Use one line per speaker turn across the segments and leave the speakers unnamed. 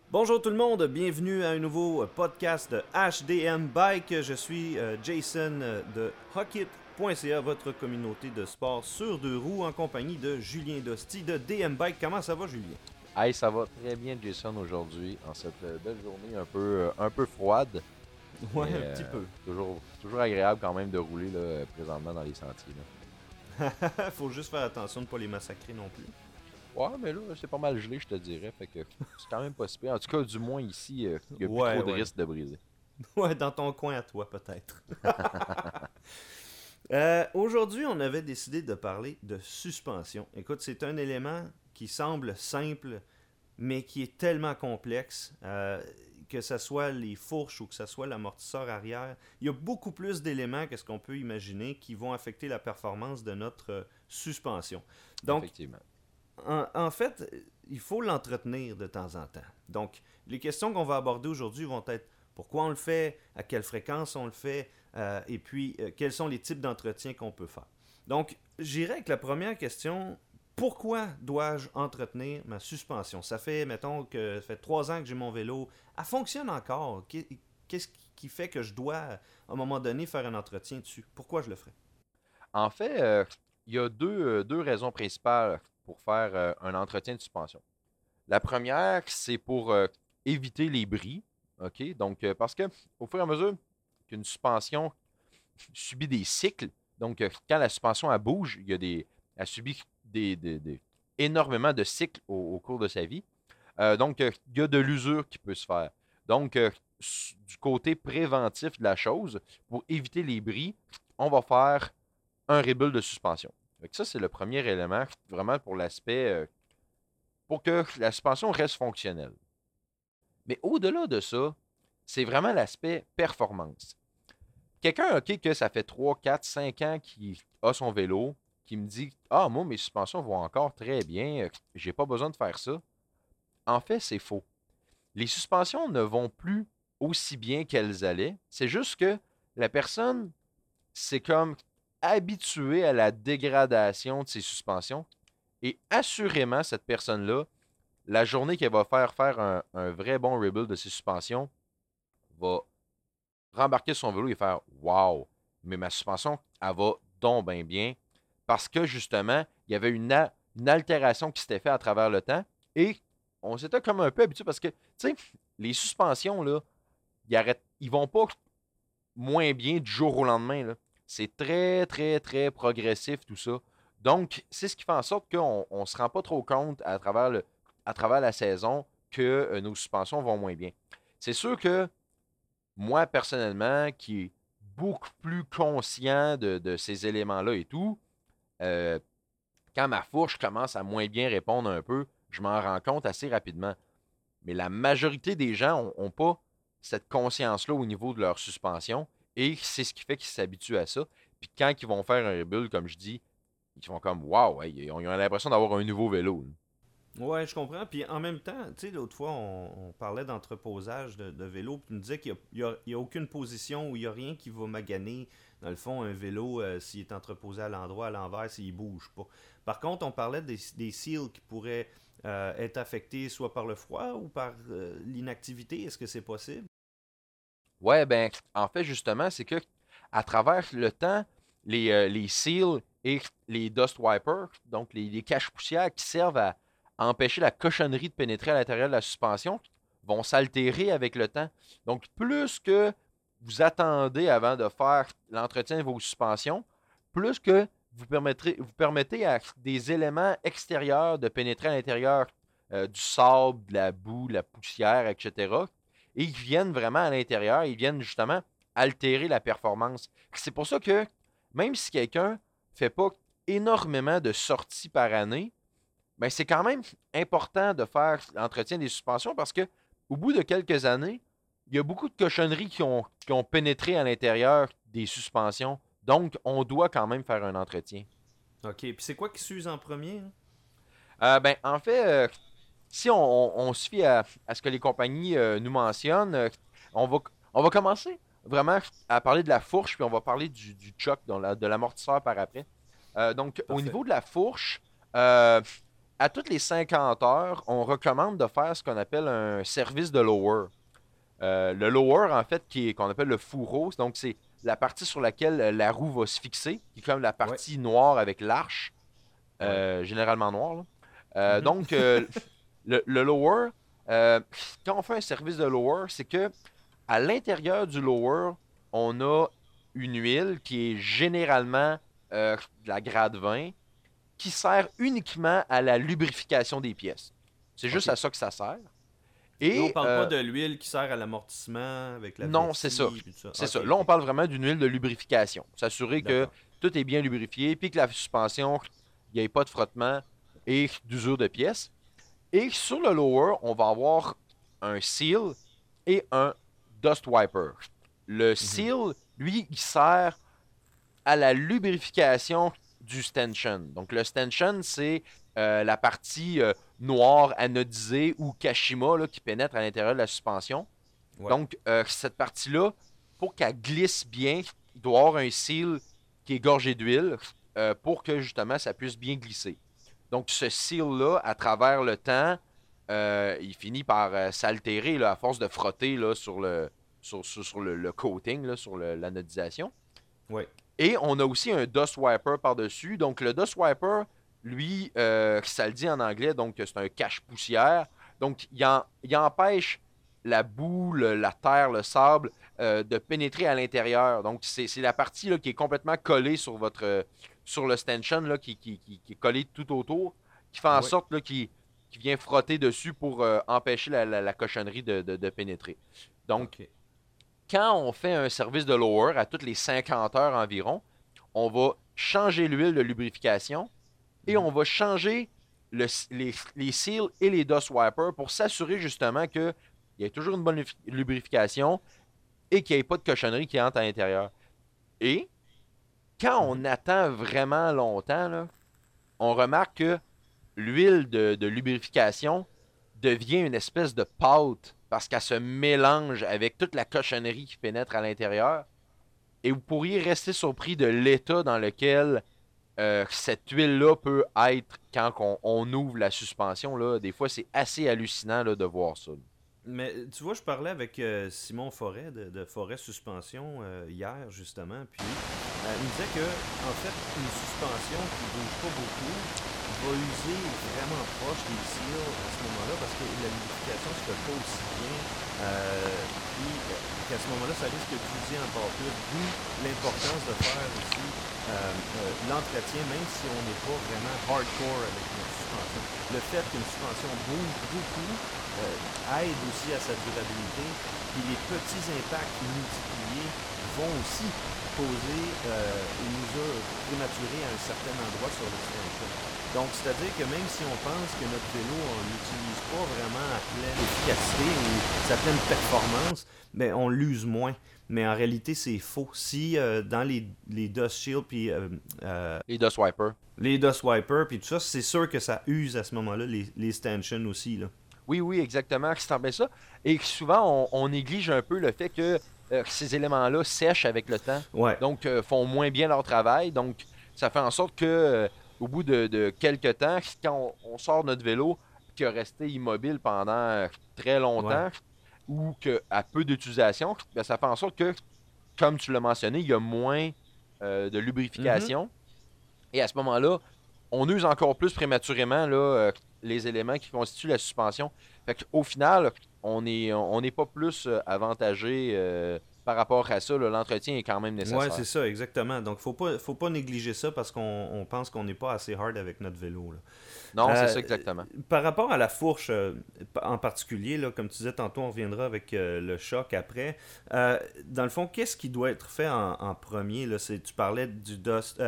Bonjour tout le monde, bienvenue à un nouveau podcast de HDM Bike. Je suis Jason de Hockit.ca, votre communauté de sport sur deux roues, en compagnie de Julien Dosti de DM Bike. Comment ça va, Julien?
Hey, ça va très bien, Jason, aujourd'hui, en cette belle journée un peu froide,
Ouais,
mais
un petit peu.
toujours agréable quand même de rouler là, présentement dans les sentiers. Là.
Faut juste faire attention de ne pas les massacrer non plus.
Ouais, mais là, c'est pas mal gelé, je te dirais, fait que c'est quand même pas si pire. En tout cas, du moins ici, il n'y a plus
Ouais,
trop de
ouais.
risques de briser.
Ouais, dans ton coin à toi, peut-être. Aujourd'hui, on avait décidé de parler de suspension. Écoute, c'est un élément qui semble simple, mais qui est tellement complexe, que ce soit les fourches ou que ce soit l'amortisseur arrière. Il y a beaucoup plus d'éléments que ce qu'on peut imaginer qui vont affecter la performance de notre suspension. Donc,
Effectivement.
en fait, il faut l'entretenir de temps en temps. Donc, les questions qu'on va aborder aujourd'hui vont être pourquoi on le fait, à quelle fréquence on le fait, et puis quels sont les types d'entretien qu'on peut faire. Donc, j'irai avec la première question. Pourquoi dois-je entretenir ma suspension? Ça fait, mettons, que ça fait 3 ans que j'ai mon vélo. Elle fonctionne encore. Qu'est-ce qui fait que je dois, à un moment donné, faire un entretien dessus? Pourquoi je le ferais?
En fait, il y a deux raisons principales pour faire un entretien de suspension. La première, c'est pour éviter les bris, OK? Donc, parce que au fur et à mesure qu'une suspension subit des cycles. Donc, quand la suspension elle bouge, elle subit énormément de cycles au cours de sa vie. Donc, il y a de l'usure qui peut se faire. Donc, du côté préventif de la chose, pour éviter les bris, on va faire un rebuild de suspension. Donc, ça, c'est le premier élément, vraiment pour l'aspect, pour que la suspension reste fonctionnelle. Mais au-delà de ça, c'est vraiment l'aspect performance. Quelqu'un, OK, que ça fait 3, 4, 5 ans qu'il a son vélo, qui me dit ah, moi, mes suspensions vont encore très bien, j'ai pas besoin de faire ça. En fait, c'est faux. Les suspensions ne vont plus aussi bien qu'elles allaient. C'est juste que la personne s'est comme habituée à la dégradation de ses suspensions. Et assurément, cette personne-là, la journée qu'elle va faire un vrai bon rebuild de ses suspensions, va rembarquer son vélo et faire Wow, mais ma suspension, elle va donc bien bien. Parce que justement, il y avait une altération qui s'était faite à travers le temps et on s'était comme un peu habitué parce que, tu sais, les suspensions, là, ils vont pas moins bien du jour au lendemain. Là. C'est très, très, très progressif tout ça. Donc, c'est ce qui fait en sorte qu'on ne se rend pas trop compte à travers la saison que nos suspensions vont moins bien. C'est sûr que moi, personnellement, qui est beaucoup plus conscient de ces éléments-là et tout, euh, quand ma fourche commence à moins bien répondre un peu, je m'en rends compte assez rapidement. Mais la majorité des gens n'ont pas cette conscience-là au niveau de leur suspension et c'est ce qui fait qu'ils s'habituent à ça. Puis quand ils vont faire un rebuild, comme je dis, ils vont comme Wow, hey, ils ont l'impression d'avoir un nouveau vélo. Là.
Ouais, je comprends. Puis en même temps, tu sais, l'autre fois, on parlait d'entreposage de vélo, puis tu nous disais qu'il y a aucune position où il n'y a rien qui va maganer, dans le fond, un vélo, s'il est entreposé à l'endroit, à l'envers, s'il bouge pas. Par contre, on parlait des seals qui pourraient être affectés soit par le froid ou par l'inactivité. Est-ce que c'est possible?
Ouais, ben, en fait, justement, c'est que à travers le temps, les seals et les dust wipers, donc les caches-poussières qui servent à empêcher la cochonnerie de pénétrer à l'intérieur de la suspension, vont s'altérer avec le temps. Donc, plus que vous attendez avant de faire l'entretien de vos suspensions, plus que vous permettez à des éléments extérieurs de pénétrer à l'intérieur du sable, de la boue, de la poussière, etc. Et ils viennent vraiment à l'intérieur, ils viennent justement altérer la performance. C'est pour ça que même si quelqu'un ne fait pas énormément de sorties par année, ben c'est quand même important de faire l'entretien des suspensions parce que au bout de quelques années, il y a beaucoup de cochonneries qui ont pénétré à l'intérieur des suspensions. Donc, on doit quand même faire un entretien.
Ok, puis c'est quoi qui s'use en premier, hein?
Ben, en fait, si on se fie à ce que les compagnies nous mentionnent, on va, on va commencer vraiment à parler de la fourche, puis on va parler du choc, de l'amortisseur par après. Donc, au
Parfait.
niveau de la fourche, euh, à toutes les 50 heures, on recommande de faire ce qu'on appelle un service de lower. Le lower, en fait, qu'on appelle le fourreau, donc c'est la partie sur laquelle la roue va se fixer, qui est comme la
Ouais,
partie noire avec l'arche,
ouais.
généralement noire, là.
Mhm.
Donc, le lower, euh, quand on fait un service de lower, c'est que à l'intérieur du lower, on a une huile qui est généralement de la grade 20, qui sert uniquement à la lubrification des pièces. C'est juste
OK.
à ça que ça sert.
Là, on
Et
parle pas de l'huile qui sert à l'amortissement avec la
non, c'est ça.
vessie et tout ça.
C'est
OK,
ça. Là, on
OK.
parle vraiment d'une huile de lubrification. S'assurer que
D'accord.
tout est bien lubrifié, puis que la suspension, il n'y ait pas de frottement et d'usure de pièces. Et sur le lower, on va avoir un seal et un dust wiper. Le
Mhm.
seal, lui, il sert à la lubrification du stanchion. Donc, le stanchion, c'est la partie noire anodisée ou Kashima là, qui pénètre à l'intérieur de la suspension.
Ouais.
Donc, cette partie-là, pour qu'elle glisse bien, il doit y avoir un seal qui est gorgé d'huile pour que justement ça puisse bien glisser. Donc, ce seal-là, à travers le temps, il finit par s'altérer là, à force de frotter là, sur le coating, là, sur l'anodisation.
Ouais.
Et on a aussi un dust wiper par-dessus. Donc, le dust wiper, lui, ça le dit en anglais, donc c'est un cache-poussière. Donc, il empêche la boue, la terre, le sable de pénétrer à l'intérieur. Donc, c'est la partie là, qui est complètement collée sur le stanchion, là, qui est collée tout autour, qui fait en
Ouais.
sorte là, qu'il vient frotter dessus pour empêcher la cochonnerie de pénétrer. Donc,
OK.
quand on fait un service de lower à toutes les 50 heures environ, on va changer l'huile de lubrification et
Mhm.
on va changer les seals et les dust wipers pour s'assurer justement qu'il y ait toujours une bonne lubrification et qu'il n'y ait pas de cochonnerie qui entre à l'intérieur. Et quand
Mhm.
on attend vraiment longtemps, là, on remarque que l'huile de lubrification devient une espèce de pâte parce qu'elle se mélange avec toute la cochonnerie qui pénètre à l'intérieur. Et vous pourriez rester surpris de l'état dans lequel cette huile-là peut être quand on ouvre la suspension. Là. Des fois, c'est assez hallucinant là, de voir ça.
Mais tu vois, je parlais avec Simon Forêt de Forêt Suspension hier, justement, puis il me disait que, en fait, une suspension qui bouge pas beaucoup va user vraiment proche des cils à ce moment-là parce que la lubrification se fait pas aussi bien, puis qu'à ce moment-là, ça risque d'user encore plus, d'où l'importance de faire aussi l'entretien, même si on n'est pas vraiment hardcore avec notre suspension. Le fait qu'une suspension bouge beaucoup aide aussi à sa durabilité. Puis les petits impacts multipliés vont aussi causer une usure prématurée à un certain endroit sur le suspension. Donc, c'est-à-dire que même si on pense que notre vélo, on ne l'utilise pas vraiment à pleine efficacité ou sa pleine performance, ben, on l'use moins. Mais en réalité, c'est faux. Si dans les Dust Shield puis
Les dust wipers.
les Dust Wiper puis tout ça, c'est sûr que ça use à ce moment-là les stanchions aussi. Là.
Oui, oui, exactement. C'est en plein ça. Et souvent, on néglige un peu le fait que ces éléments-là sèchent avec le temps.
Ouais.
Donc, font moins bien leur travail. Donc, ça fait en sorte que au bout de quelques temps, quand on sort notre vélo, qui a resté immobile pendant très
Ouais.
longtemps, ou qu'à peu d'utilisation, ben, ça fait en sorte que, comme tu l'as mentionné, il y a moins de
Mhm.
lubrification. Et à ce moment-là, on use encore plus prématurément là, les éléments qui constituent la suspension. Fait qu'au final, on n'est pas plus avantagé par rapport à ça. Là. L'entretien est quand même
Ouais, c'est
nécessaire.
ça, exactement. Donc, faut pas négliger ça parce qu'on pense qu'on n'est pas assez hard avec notre vélo. Là.
Non, c'est
Euh,
ça exactement.
Par rapport à la fourche en particulier, là, comme tu disais tantôt, on reviendra avec le choc après. Dans le fond, qu'est-ce qui doit être fait en premier là? Tu parlais du dust,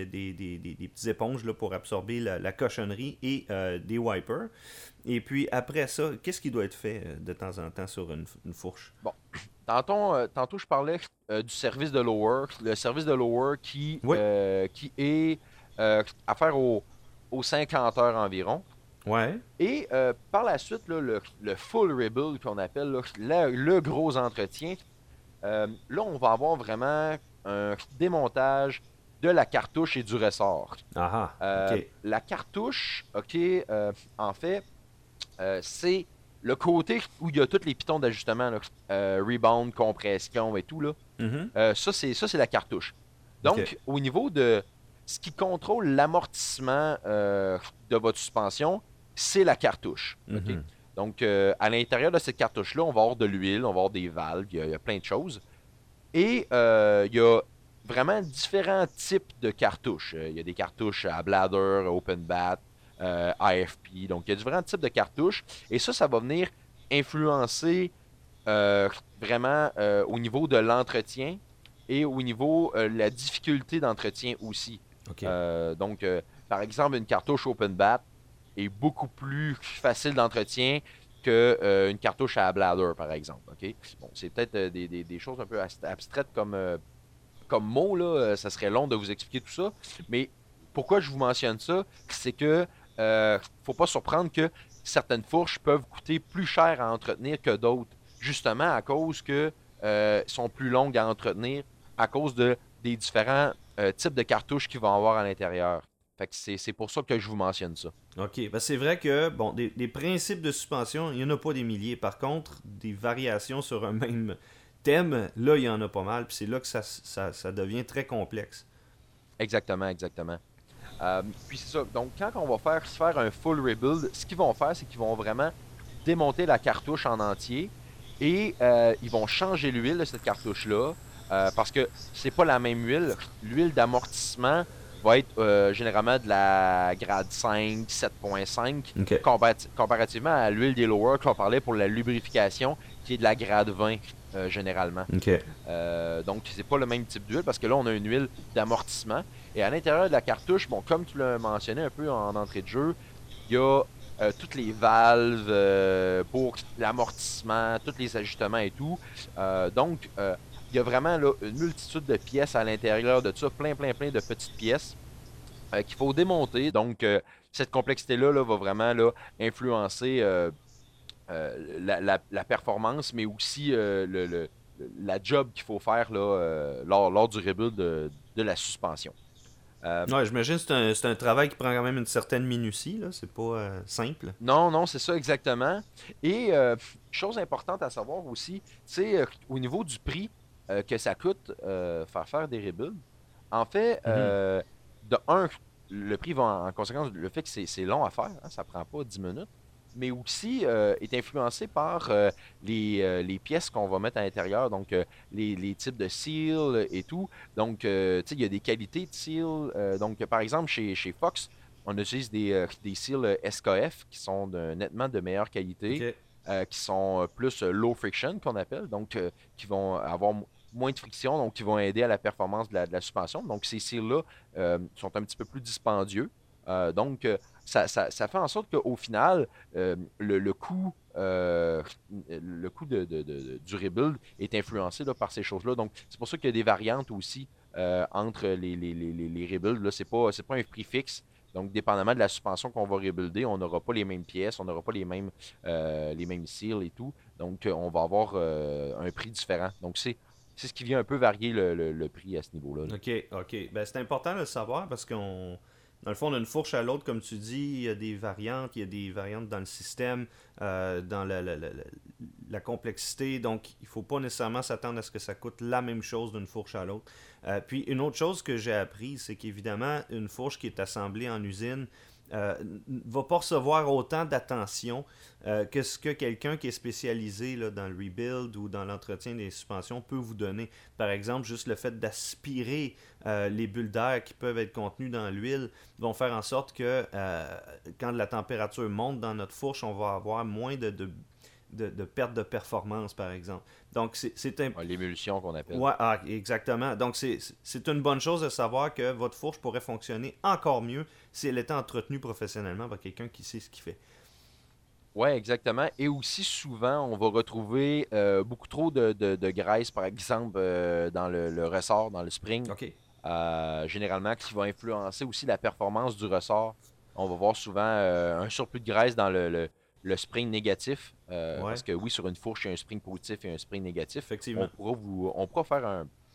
des petites éponges là, pour absorber la cochonnerie et des wipers. Et puis après ça, qu'est-ce qui doit être fait de temps en temps sur une fourche?
Bon, tantôt je parlais du service de lower. Le service de lower
Oui,
qui est à faire aux 50 heures environ.
ouais.
Et par la suite, là, le full rebuild qu'on appelle, là, le gros entretien, là, on va avoir vraiment un démontage de la cartouche et du ressort.
Ah ah, ok.
La cartouche, OK, en fait, c'est le côté où il y a tous les pitons d'ajustement, là, rebound, compression et tout, là.
Mhm.
Ça, c'est la cartouche.
Ok.
Donc, au niveau de ce qui contrôle l'amortissement de votre suspension, c'est la cartouche. OK?
Mhm.
Donc, à l'intérieur de cette cartouche-là, on va avoir de l'huile, on va avoir des valves, il y a plein de choses. Et il y a vraiment différents types de cartouches. Il y a des cartouches à bladder, open bat, IFP. Donc, il y a différents types de cartouches. Et ça va venir influencer vraiment au niveau de l'entretien et au niveau de la difficulté d'entretien aussi.
Ok.
Donc, par exemple, une cartouche open bat est beaucoup plus facile d'entretien qu'une cartouche à bladder, par exemple. OK? Bon, c'est peut-être des choses un peu abstraites comme mots, là. Ça serait long de vous expliquer tout ça. Mais pourquoi je vous mentionne ça, c'est que faut pas surprendre que certaines fourches peuvent coûter plus cher à entretenir que d'autres, justement à cause que sont plus longues à entretenir, à cause des différents types de cartouches qu'ils vont avoir à l'intérieur. Fait que c'est pour ça que je vous mentionne ça.
Ok. Ben, c'est vrai que, bon, des principes de suspension, il n'y en a pas des milliers. Par contre, des variations sur un même thème, là, il y en a pas mal. Puis c'est là que ça devient très complexe.
Exactement, exactement. Puis c'est ça. Donc, quand on va faire un full rebuild, ce qu'ils vont faire, c'est qu'ils vont vraiment démonter la cartouche en entier et ils vont changer l'huile de cette cartouche-là parce que c'est pas la même huile. L'huile d'amortissement va être généralement de la grade 5, 7.5
Ok.
comparativement à l'huile des lower qu'on parlait pour la lubrification qui est de la grade 20 généralement.
Ok.
Donc, c'est pas le même type d'huile parce que là, on a une huile d'amortissement. Et à l'intérieur de la cartouche, bon, comme tu l'as mentionné un peu en entrée de jeu, il y a toutes les valves pour l'amortissement, tous les ajustements et tout. Donc, il y a vraiment là, une multitude de pièces à l'intérieur de ça, plein, plein, plein de petites pièces qu'il faut démonter. Donc, cette complexité-là là, va vraiment là, influencer la performance, mais aussi la job qu'il faut faire là, lors du rebuild de la suspension. Euh,
Ouais, j'imagine que c'est un travail qui prend quand même une certaine minutie, là. C'est pas simple.
non, non, c'est ça exactement. Et chose importante à savoir aussi, c'est au niveau du prix que ça coûte faire des rebuilds. En fait,
Mhm.
de un, le prix va en conséquence, le fait que c'est long à faire, hein, ça prend pas 10 minutes, mais aussi est influencé par les pièces qu'on va mettre à l'intérieur, donc les types de seal et tout. Donc, tu sais, il y a des qualités de seal. Donc, par exemple, chez Fox, on utilise des seals SKF qui sont nettement de meilleure qualité,
Ok.
qui sont plus low friction qu'on appelle, donc qui vont avoir moins de friction, donc qui vont aider à la performance de la suspension. Donc ces seals-là sont un petit peu plus dispendieux. Donc ça fait en sorte qu'au final, le coût, du rebuild est influencé là, par ces choses-là. Donc c'est pour ça qu'il y a des variantes aussi entre les rebuilds. Là, c'est pas un prix fixe. Donc, dépendamment de la suspension qu'on va rebuilder, on n'aura pas les mêmes pièces, on n'aura pas les mêmes seals et tout. Donc, on va avoir un prix différent. Donc, c'est ce qui vient un peu varier le prix à ce niveau-là, là.
Ok, ok. Ben, c'est important de le savoir parce dans le fond, d'une fourche à l'autre, comme tu dis, il y a des variantes dans le système, dans la complexité. Donc, il faut pas nécessairement s'attendre à ce que ça coûte la même chose d'une fourche à l'autre. Puis, une autre chose que j'ai appris, c'est qu'évidemment, une fourche qui est assemblée en usine va pas recevoir autant d'attention que ce que quelqu'un qui est spécialisé là, dans le rebuild ou dans l'entretien des suspensions peut vous donner. Par exemple, juste le fait d'aspirer les bulles d'air qui peuvent être contenues dans l'huile vont faire en sorte que quand la température monte dans notre fourche, on va avoir moins de perte de performance, par exemple. Donc,
Ouais, l'émulsion qu'on appelle.
ouais, exactement. Donc, c'est une bonne chose de savoir que votre fourche pourrait fonctionner encore mieux si elle était entretenue professionnellement par quelqu'un qui sait ce qu'il fait.
Ouais, exactement. Et aussi, souvent, on va retrouver beaucoup trop de graisse, par exemple, dans le ressort, dans le spring.
OK.
Généralement, qui va influencer aussi la performance du ressort. On va voir souvent un surplus de graisse dans le spring négatif.
Ouais,
Parce que oui, sur une fourche, il y a un spring positif et un spring négatif.
effectivement.
On pourra faire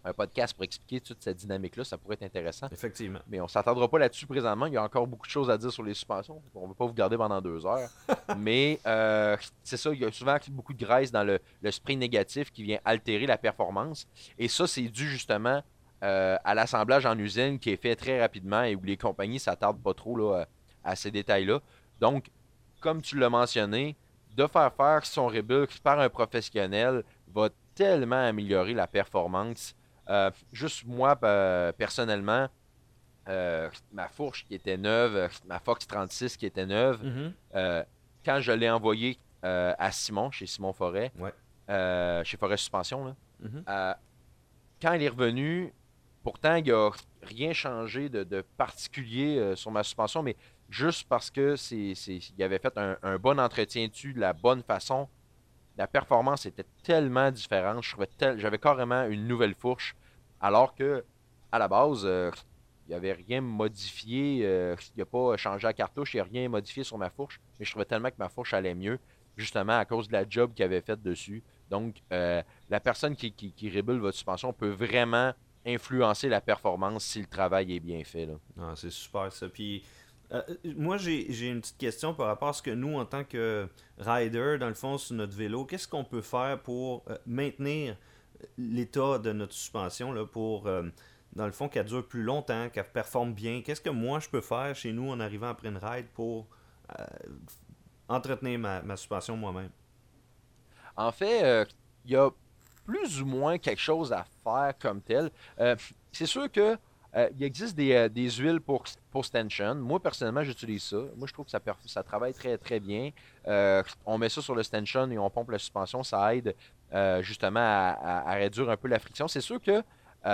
un podcast pour expliquer toute cette dynamique-là. Ça pourrait être intéressant.
Effectivement.
Mais on ne s'attendra pas là-dessus présentement. Il y a encore beaucoup de choses à dire sur les suspensions. On ne veut pas vous garder pendant 2 heures. Mais c'est ça, il y a souvent beaucoup de graisse dans le spray négatif qui vient altérer la performance. Et ça, c'est dû justement à l'assemblage en usine qui est fait très rapidement et où les compagnies ne s'attardent pas trop là, à ces détails-là. Donc, comme tu l'as mentionné, de faire son rebuild par un professionnel va tellement améliorer la performance. Juste moi, personnellement, ma fourche qui était neuve, ma Fox 36 qui était neuve,
Mhm.
quand je l'ai envoyée à Simon, chez Simon Forêt,
Ouais.
chez Forêt Suspension, là,
Mhm.
quand il est revenu, pourtant, il n'a rien changé de particulier sur ma suspension, mais juste parce que il avait fait un bon entretien dessus de la bonne façon, la performance était tellement différente. J'avais carrément une nouvelle fourche, alors que à la base, il n'y avait rien modifié. Il n'a pas changé la cartouche, il n'y a rien modifié sur ma fourche. Mais je trouvais tellement que ma fourche allait mieux, justement à cause de la job qu'il avait faite dessus. Donc, la personne qui rebuild votre suspension peut vraiment influencer la performance si le travail est bien fait, là.
Ah, c'est super ça. Puis, moi, j'ai une petite question par rapport à ce que nous, en tant que rider, dans le fond, sur notre vélo, qu'est-ce qu'on peut faire pour maintenir l'état de notre suspension, là, pour, dans le fond, qu'elle dure plus longtemps, qu'elle performe bien? Qu'est-ce que moi, je peux faire chez nous en arrivant après une ride pour euh, entretenir ma suspension moi-même?
En fait, il y a plus ou moins quelque chose à faire comme tel. C'est sûr que il existe des huiles pour stanchion. Moi, personnellement, j'utilise ça. Moi, je trouve que ça travaille très, très bien. On met ça sur le stanchion et on pompe la suspension. Ça aide justement à réduire un peu la friction. C'est sûr que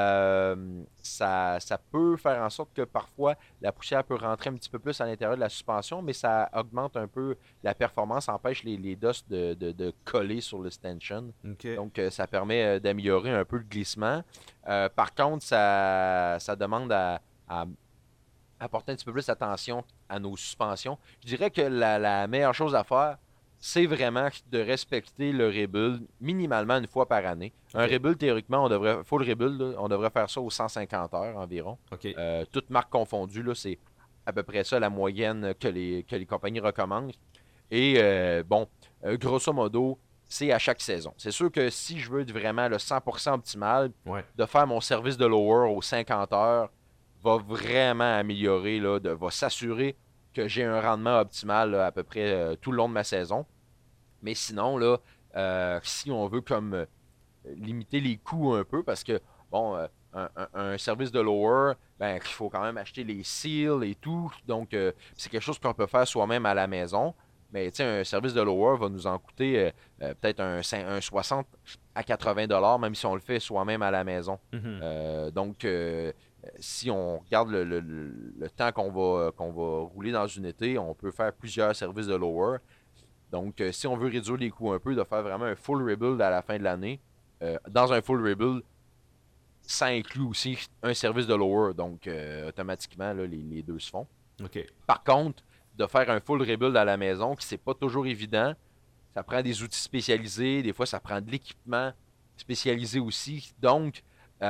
ça peut faire en sorte que parfois la poussière peut rentrer un petit peu plus à l'intérieur de la suspension, mais ça augmente un peu la performance, empêche les DOS de coller sur le stanchion.
OK.
Donc, ça permet d'améliorer un peu le glissement. Par contre, ça demande à apporter un petit peu plus d'attention à nos suspensions. Je dirais que la meilleure chose à faire, c'est vraiment de respecter le rebuild minimalement une fois par année. Un
OK.
rebuild, théoriquement, full rebuild, là, on devrait faire ça aux 150 heures environ.
OK.
Toutes marques confondues, là, c'est à peu près ça la moyenne que les compagnies recommandent. Et bon, grosso modo, c'est à chaque saison. C'est sûr que si je veux être vraiment le 100% optimal,
Ouais.
de faire mon service de lower aux 50 heures va vraiment améliorer, là, va s'assurer que j'ai un rendement optimal là, à peu près tout le long de ma saison. Mais sinon, là, si on veut comme limiter les coûts un peu, parce que, bon, un service de lower, ben, il faut quand même acheter les seals et tout. Donc, c'est quelque chose qu'on peut faire soi-même à la maison. Mais, tu sais, un service de lower va nous en coûter peut-être un 60 à 80 dollars, même si on le fait soi-même à la maison.
Mhm.
Donc, si on regarde le temps qu'on va rouler dans une été, on peut faire plusieurs services de lower. Donc, si on veut réduire les coûts un peu, de faire vraiment un full rebuild à la fin de l'année, dans un full rebuild, ça inclut aussi un service de lower. Donc, automatiquement, là, les deux se font.
OK.
Par contre, de faire un full rebuild à la maison, qui c'est pas toujours évident, ça prend des outils spécialisés, des fois ça prend de l'équipement spécialisé aussi. Donc,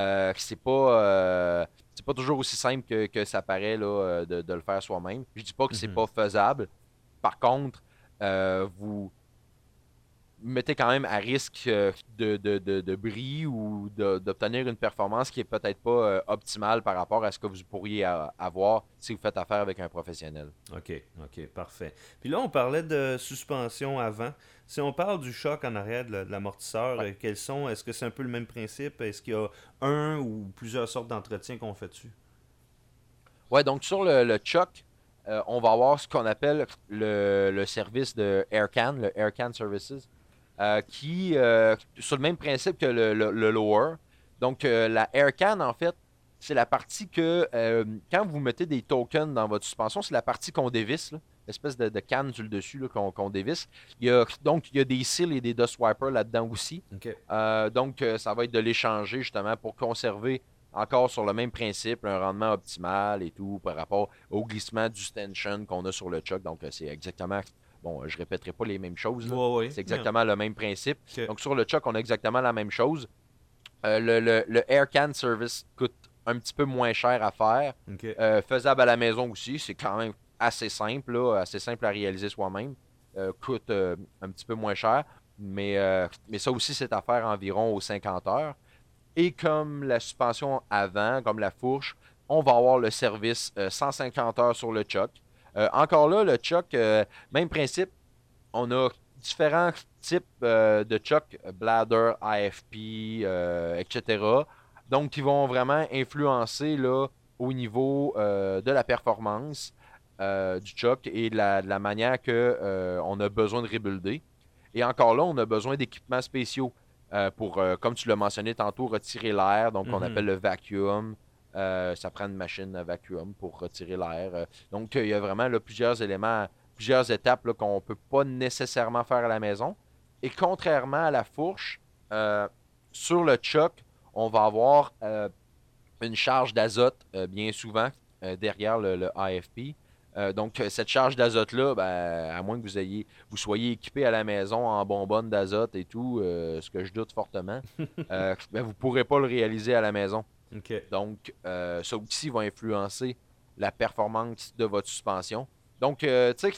c'est pas toujours aussi simple que ça paraît là, de le faire soi-même. Je dis pas que c'est
Mhm.
pas faisable. Par contre, vous mettez quand même à risque de bris ou d'obtenir une performance qui est peut-être pas optimale par rapport à ce que vous pourriez avoir si vous faites affaire avec un professionnel.
OK, OK, parfait. Puis là, on parlait de suspension avant. Si on parle du choc en arrière de l'amortisseur,
Ouais.
quels sont, est-ce que c'est un peu le même principe? Est-ce qu'il y a un ou plusieurs sortes d'entretiens qu'on fait dessus?
Ouais, donc sur le Chuck, on va avoir ce qu'on appelle le service de AirCan, le AirCan Services, qui, sur le même principe que le Lower. Donc, la AirCan, en fait, c'est la partie que, quand vous mettez des tokens dans votre suspension, c'est la partie qu'on dévisse, là, l'espèce de canne sur le dessus là, qu'on dévisse. Donc, il y a des seals et des dust wipers là-dedans aussi.
OK.
Donc, ça va être de l'échanger justement pour conserver encore sur le même principe, un rendement optimal et tout par rapport au glissement du stanchion qu'on a sur le chuck. Donc, c'est exactement. Bon, je répéterai pas les mêmes choses, là.
Ouais, ouais.
C'est
Yeah.
exactement le même principe.
OK.
Donc, sur le chuck, on a exactement la même chose. Le Air Can Service coûte un petit peu moins cher à faire.
OK.
Faisable à la maison aussi. C'est quand même assez simple, là, assez simple à réaliser soi-même. Coûte un petit peu moins cher. Mais ça aussi, c'est à faire environ aux 50 heures. Et comme la suspension avant, comme la fourche, on va avoir le service 150 heures sur le choc. Encore là, le choc, même principe, on a différents types de choc, bladder, AFP, etc. Donc, qui vont vraiment influencer là, au niveau de la performance du choc et de la manière que on a besoin de rebuilder. Et encore là, on a besoin d'équipements spéciaux pour, comme tu l'as mentionné tantôt, retirer l'air. Donc, on appelle
Mhm.
le vacuum. Ça prend une machine à vacuum pour retirer l'air. Donc, il y a vraiment là, plusieurs éléments, plusieurs étapes là, qu'on ne peut pas nécessairement faire à la maison. Et contrairement à la fourche, euh, sur le choc, on va avoir une charge d'azote bien souvent derrière le AFP. Donc, cette charge d'azote-là, ben, à moins que vous soyez équipé à la maison en bonbonne d'azote et tout, ce que je doute fortement, ben, vous ne pourrez pas le réaliser à la maison.
OK.
Donc, ça aussi va influencer la performance de votre suspension. Donc, tu sais,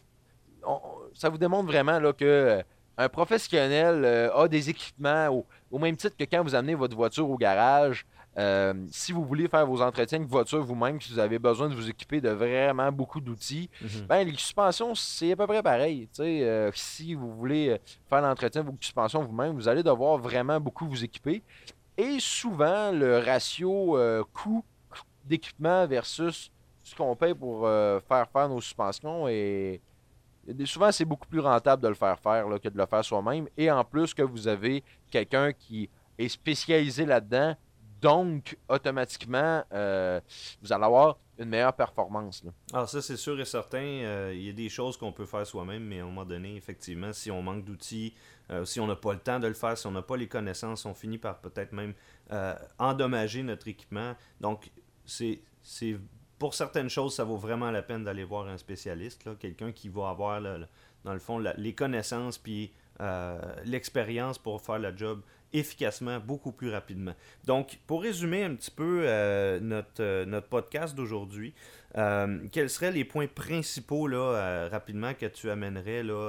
ça vous démontre vraiment là, que un professionnel a des équipements au même titre que quand vous amenez votre voiture au garage. Si vous voulez faire vos entretiens de voiture vous-même, si vous avez besoin de vous équiper de vraiment beaucoup d'outils,
Mhm.
ben les suspensions, c'est à peu près pareil. Si vous voulez faire l'entretien de vos suspensions vous-même, vous allez devoir vraiment beaucoup vous équiper. Et souvent, le ratio coût d'équipement versus ce qu'on paye pour faire nos suspensions est souvent, c'est beaucoup plus rentable de le faire faire là, que de le faire soi-même. Et en plus que vous avez quelqu'un qui est spécialisé là-dedans, donc automatiquement, vous allez avoir une meilleure performance, là.
Alors ça, c'est sûr et certain. Il y a des choses qu'on peut faire soi-même, mais à un moment donné, effectivement, si on manque d'outils, si on n'a pas le temps de le faire, si on n'a pas les connaissances, on finit par peut-être même endommager notre équipement. Donc, c'est pour certaines choses, ça vaut vraiment la peine d'aller voir un spécialiste, là, quelqu'un qui va avoir, dans le fond, les connaissances puis l'expérience pour faire le job efficacement, beaucoup plus rapidement. Donc, pour résumer un petit peu notre podcast d'aujourd'hui, quels seraient les points principaux là, rapidement que tu amènerais là,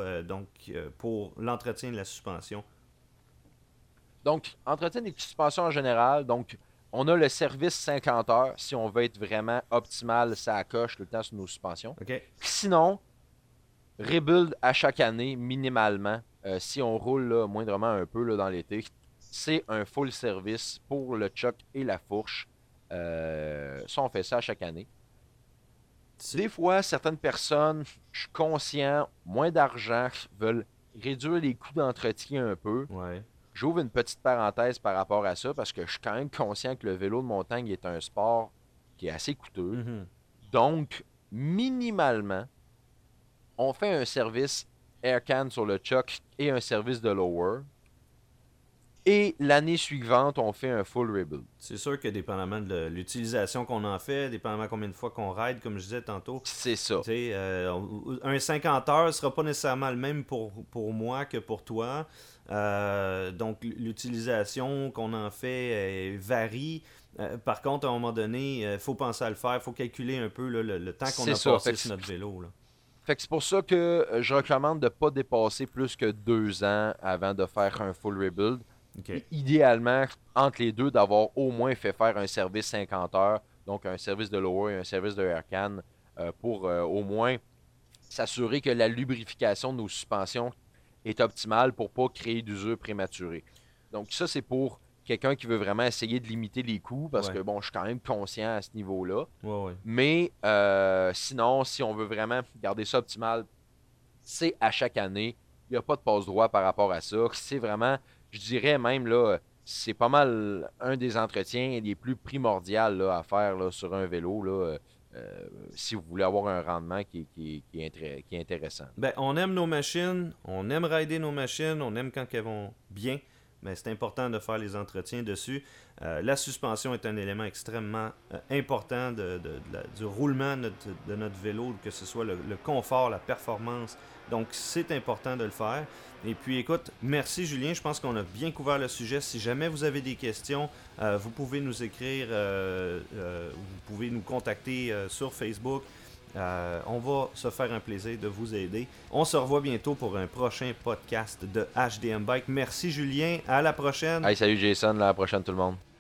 pour l'entretien de la suspension?
Donc, entretien des suspensions en général. Donc, on a le service 50 heures si on veut être vraiment optimal, ça coche tout le temps sur nos suspensions.
OK?
Sinon, rebuild à chaque année, minimalement, si on roule là, moindrement un peu là, dans l'été, c'est un full service pour le choc et la fourche. Ça, on fait ça à chaque année.
C'est...
Des fois, certaines personnes, je suis conscient, moins d'argent, veulent réduire les coûts d'entretien un peu.
Ouais.
J'ouvre une petite parenthèse par rapport à ça parce que je suis quand même conscient que le vélo de montagne est un sport qui est assez coûteux.
Mhm.
Donc, minimalement, on fait un service Aircan sur le choc et un service de lower. Et l'année suivante, on fait un full rebuild.
C'est sûr que dépendamment de l'utilisation qu'on en fait, dépendamment combien de fois qu'on ride, comme je disais tantôt,
C'est
tu
ça.
sais, un 50 heures ne sera pas nécessairement le même pour moi que pour toi. Donc, l'utilisation qu'on en fait varie. Par contre, à un moment donné, il faut penser à le faire. Il faut calculer un peu là, le temps qu'on
C'est
a
ça.
passé sur notre vélo. Là.
Fait que c'est pour ça que je recommande de ne pas dépasser plus que 2 ans avant de faire un full rebuild.
OK.
Et idéalement, entre les deux, d'avoir au moins fait faire un service 50 heures, donc un service de lower et un service de aircan, pour au moins s'assurer que la lubrification de nos suspensions est optimale pour ne pas créer d'usure prématurée. Donc ça, c'est pour quelqu'un qui veut vraiment essayer de limiter les coûts, parce
Ouais.
que bon, je suis quand même conscient à ce niveau-là.
Ouais, ouais.
Mais sinon, si on veut vraiment garder ça optimal, c'est à chaque année. Il n'y a pas de passe-droit par rapport à ça. C'est vraiment, je dirais même, là, c'est pas mal un des entretiens les plus primordiaux là, à faire là, sur un vélo, là, si vous voulez avoir un rendement qui est intéressant.
Ben, on aime nos machines, on aime rider nos machines, on aime quand elles vont bien, mais c'est important de faire les entretiens dessus. La suspension est un élément extrêmement important du roulement de notre vélo, que ce soit le confort, la performance Donc, c'est important de le faire. Et puis, écoute, merci Julien. Je pense qu'on a bien couvert le sujet. Si jamais vous avez des questions, vous pouvez nous écrire, vous pouvez nous contacter sur Facebook. On va se faire un plaisir de vous aider. On se revoit bientôt pour un prochain podcast de HDM Bike. Merci Julien. À la prochaine.
Hey, salut Jason. À la prochaine tout le monde.